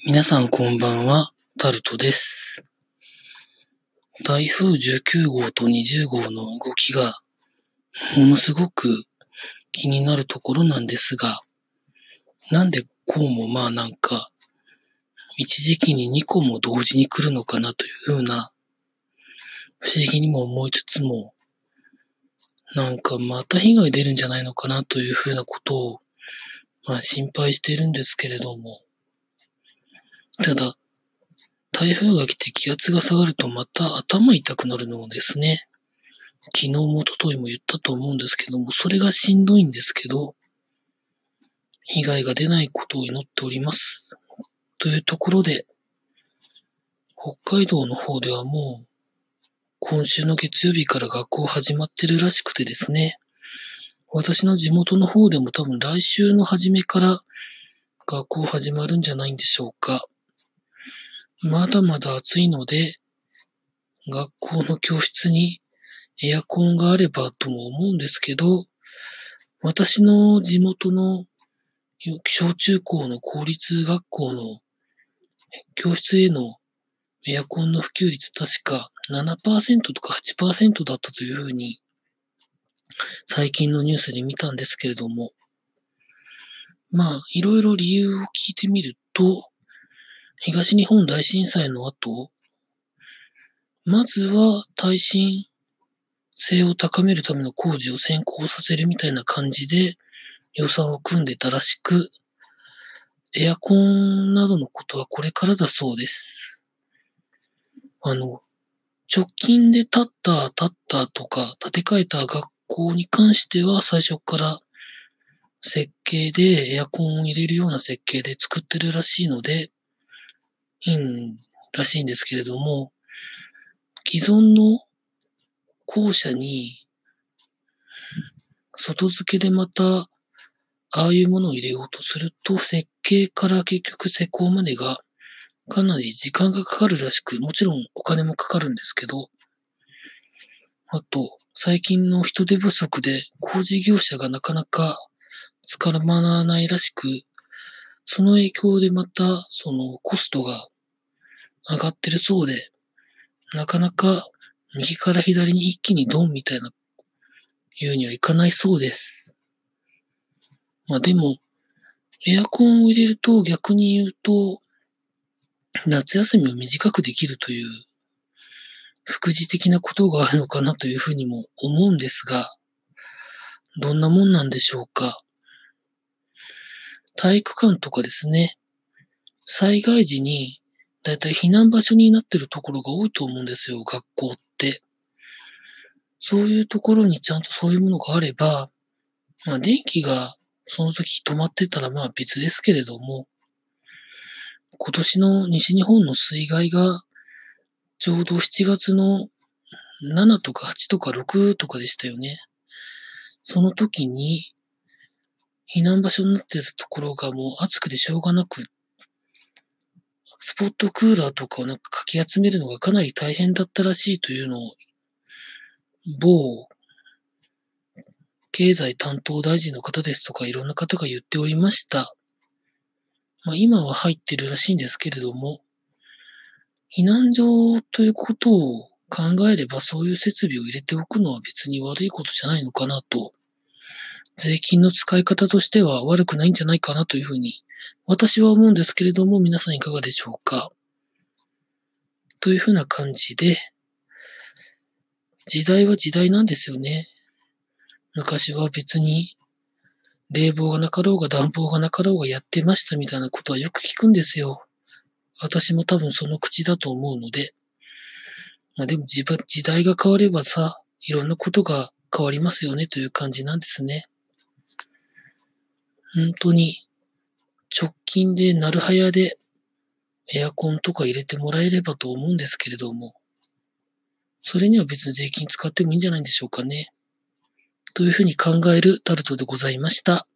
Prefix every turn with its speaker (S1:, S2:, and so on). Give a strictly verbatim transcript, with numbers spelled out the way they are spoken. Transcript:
S1: 皆さんこんばんは、タルトです。台風じゅうきゅうごうとにじゅうごうの動きがものすごく気になるところなんですが、なんでこうもまあなんか一時期ににこも同時に来るのかなというふうな不思議にも思いつつも、なんかまた被害出るんじゃないのかなというふうなことをまあ心配しているんですけれども、ただ台風が来て気圧が下がるとまた頭痛くなるのですね。昨日も一昨日も言ったと思うんですけども、それがしんどいんですけど、被害が出ないことを祈っております。というところで、北海道の方ではもう、今週の月曜日から学校始まってるらしくてですね、私の地元の方でも多分来週の初めから学校始まるんじゃないんでしょうか。まだまだ暑いので、学校の教室にエアコンがあればとも思うんですけど、私の地元の小中高の公立学校の教室へのエアコンの普及率確か ななパーセント とか はちパーセント だったというふうに最近のニュースで見たんですけれども、まあいろいろ理由を聞いてみると、東日本大震災の後、まずは耐震性を高めるための工事を先行させるみたいな感じで予算を組んでたらしく、エアコンなどのことはこれからだそうです。あの、直近で建った、建ったとか、建て替えた学校に関しては最初から設計でエアコンを入れるような設計で作ってるらしいので、いいんらしいんですけれども、既存の校舎に外付けでまたああいうものを入れようとすると、設計から結局施工までがかなり時間がかかるらしく、もちろんお金もかかるんですけど、あと、最近の人手不足で工事業者がなかなか捕まらないらしく、その影響でまた、そのコストが上がってるそうで、なかなか右から左に一気にドンみたいないうにはいかないそうです。まあでも、エアコンを入れると逆に言うと、夏休みを短くできるという副次的なことがあるのかなというふうにも思うんですが、どんなもんなんでしょうか。体育館とかですね、災害時にだいたい避難場所になっているところが多いと思うんですよ、学校って。そういうところにちゃんとそういうものがあれば、まあ電気がその時止まってたらまあ別ですけれども、今年の西日本の水害がちょうどしちがつのななとかはちとかろくとかでしたよね。その時に避難場所になってたところがもう暑くてしょうがなく、スポットクーラーとかをなんかかき集めるのがかなり大変だったらしいというのを、某経済担当大臣の方ですとかいろんな方が言っておりました。まあ今は入ってるらしいんですけれども、避難所ということを考えればそういう設備を入れておくのは別に悪いことじゃないのかなと、税金の使い方としては悪くないんじゃないかなというふうに私は思うんですけれども、皆さんいかがでしょうか。というふうな感じで、時代は時代なんですよね。昔は別に冷房がなかろうが暖房がなかろうがやってましたみたいなことはよく聞くんですよ。私も多分その口だと思うので。まあでも時代が変わればさ、いろんなことが変わりますよねという感じなんですね。本当に直近でなるはやでエアコンとか入れてもらえればと思うんですけれども、それには別に税金使ってもいいんじゃないんでしょうかね。というふうに考えるタルトでございました。